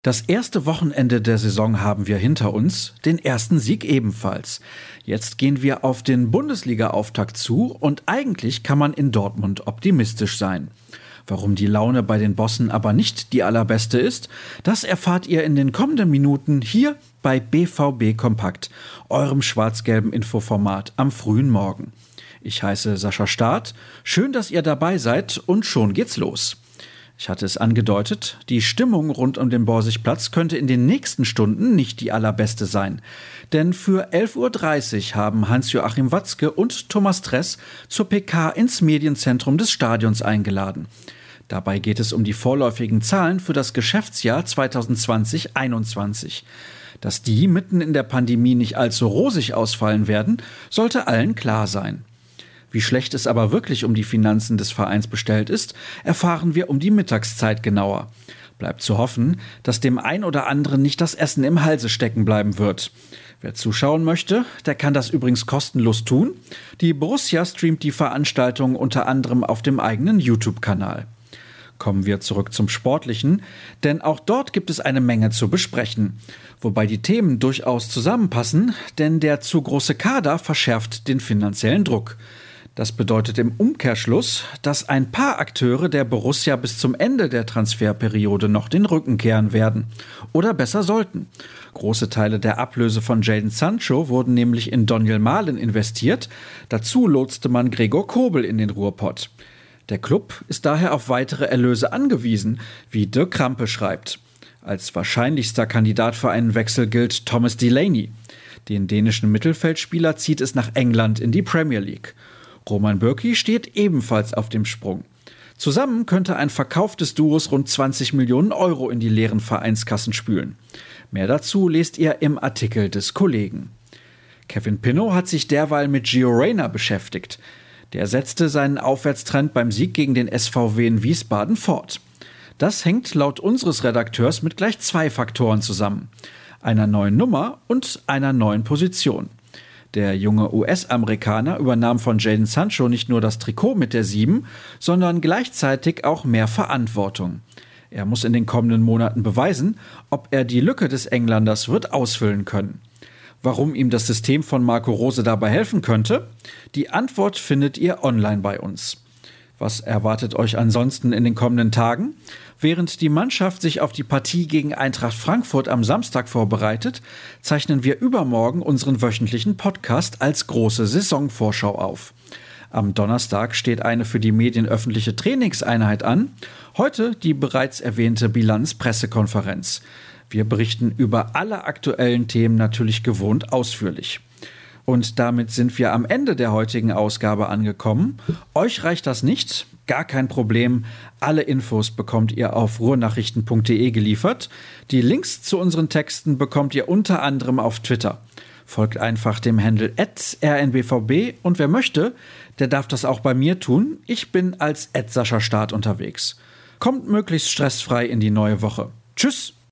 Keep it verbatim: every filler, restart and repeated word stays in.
Das erste Wochenende der Saison haben wir hinter uns, den ersten Sieg ebenfalls. Jetzt gehen wir auf den Bundesliga-Auftakt zu und eigentlich kann man in Dortmund optimistisch sein. Warum die Laune bei den Bossen aber nicht die allerbeste ist, das erfahrt ihr in den kommenden Minuten hier bei B V B Kompakt, eurem schwarz-gelben Infoformat am frühen Morgen. Ich heiße Sascha Staat, schön, dass ihr dabei seid und schon geht's los. Ich hatte es angedeutet, die Stimmung rund um den Borsigplatz könnte in den nächsten Stunden nicht die allerbeste sein. Denn für elf Uhr dreißig haben Hans-Joachim Watzke und Thomas Dress zur P K ins Medienzentrum des Stadions eingeladen. Dabei geht es um die vorläufigen Zahlen für das Geschäftsjahr zwanzig zwanzig einundzwanzig. Dass die mitten in der Pandemie nicht allzu rosig ausfallen werden, sollte allen klar sein. Wie schlecht es aber wirklich um die Finanzen des Vereins bestellt ist, erfahren wir um die Mittagszeit genauer. Bleibt zu hoffen, dass dem ein oder anderen nicht das Essen im Halse stecken bleiben wird. Wer zuschauen möchte, der kann das übrigens kostenlos tun. Die Borussia streamt die Veranstaltung unter anderem auf dem eigenen YouTube-Kanal. Kommen wir zurück zum Sportlichen, denn auch dort gibt es eine Menge zu besprechen. Wobei die Themen durchaus zusammenpassen, denn der zu große Kader verschärft den finanziellen Druck. Das bedeutet im Umkehrschluss, dass ein paar Akteure der Borussia bis zum Ende der Transferperiode noch den Rücken kehren werden. Oder besser sollten. Große Teile der Ablöse von Jadon Sancho wurden nämlich in Donyell Malen investiert. Dazu lotste man Gregor Kobel in den Ruhrpott. Der Klub ist daher auf weitere Erlöse angewiesen, wie Dirk Krampe schreibt. Als wahrscheinlichster Kandidat für einen Wechsel gilt Thomas Delaney. Den dänischen Mittelfeldspieler zieht es nach England in die Premier League. Roman Bürki steht ebenfalls auf dem Sprung. Zusammen könnte ein Verkauf des Duos rund zwanzig Millionen Euro in die leeren Vereinskassen spülen. Mehr dazu lest ihr im Artikel des Kollegen. Kevin Pinnow hat sich derweil mit Gio Reyna beschäftigt. Der setzte seinen Aufwärtstrend beim Sieg gegen den S V W in Wiesbaden fort. Das hängt laut unseres Redakteurs mit gleich zwei Faktoren zusammen: einer neuen Nummer und einer neuen Position. Der junge U S-Amerikaner übernahm von Jadon Sancho nicht nur das Trikot mit der sieben, sondern gleichzeitig auch mehr Verantwortung. Er muss in den kommenden Monaten beweisen, ob er die Lücke des Engländers wird ausfüllen können. Warum ihm das System von Marco Rose dabei helfen könnte? Die Antwort findet ihr online bei uns. Was erwartet euch ansonsten in den kommenden Tagen? Während die Mannschaft sich auf die Partie gegen Eintracht Frankfurt am Samstag vorbereitet, zeichnen wir übermorgen unseren wöchentlichen Podcast als große Saisonvorschau auf. Am Donnerstag steht eine für die Medien öffentliche Trainingseinheit an. Heute die bereits erwähnte Bilanz-Pressekonferenz. Wir berichten über alle aktuellen Themen natürlich gewohnt ausführlich. Und damit sind wir am Ende der heutigen Ausgabe angekommen. Euch reicht das nicht? Gar kein Problem. Alle Infos bekommt ihr auf ruhrnachrichten punkt de geliefert. Die Links zu unseren Texten bekommt ihr unter anderem auf Twitter. Folgt einfach dem Handle at r n b v b und wer möchte, der darf das auch bei mir tun. Ich bin als at Sascha Staat unterwegs. Kommt möglichst stressfrei in die neue Woche. Tschüss!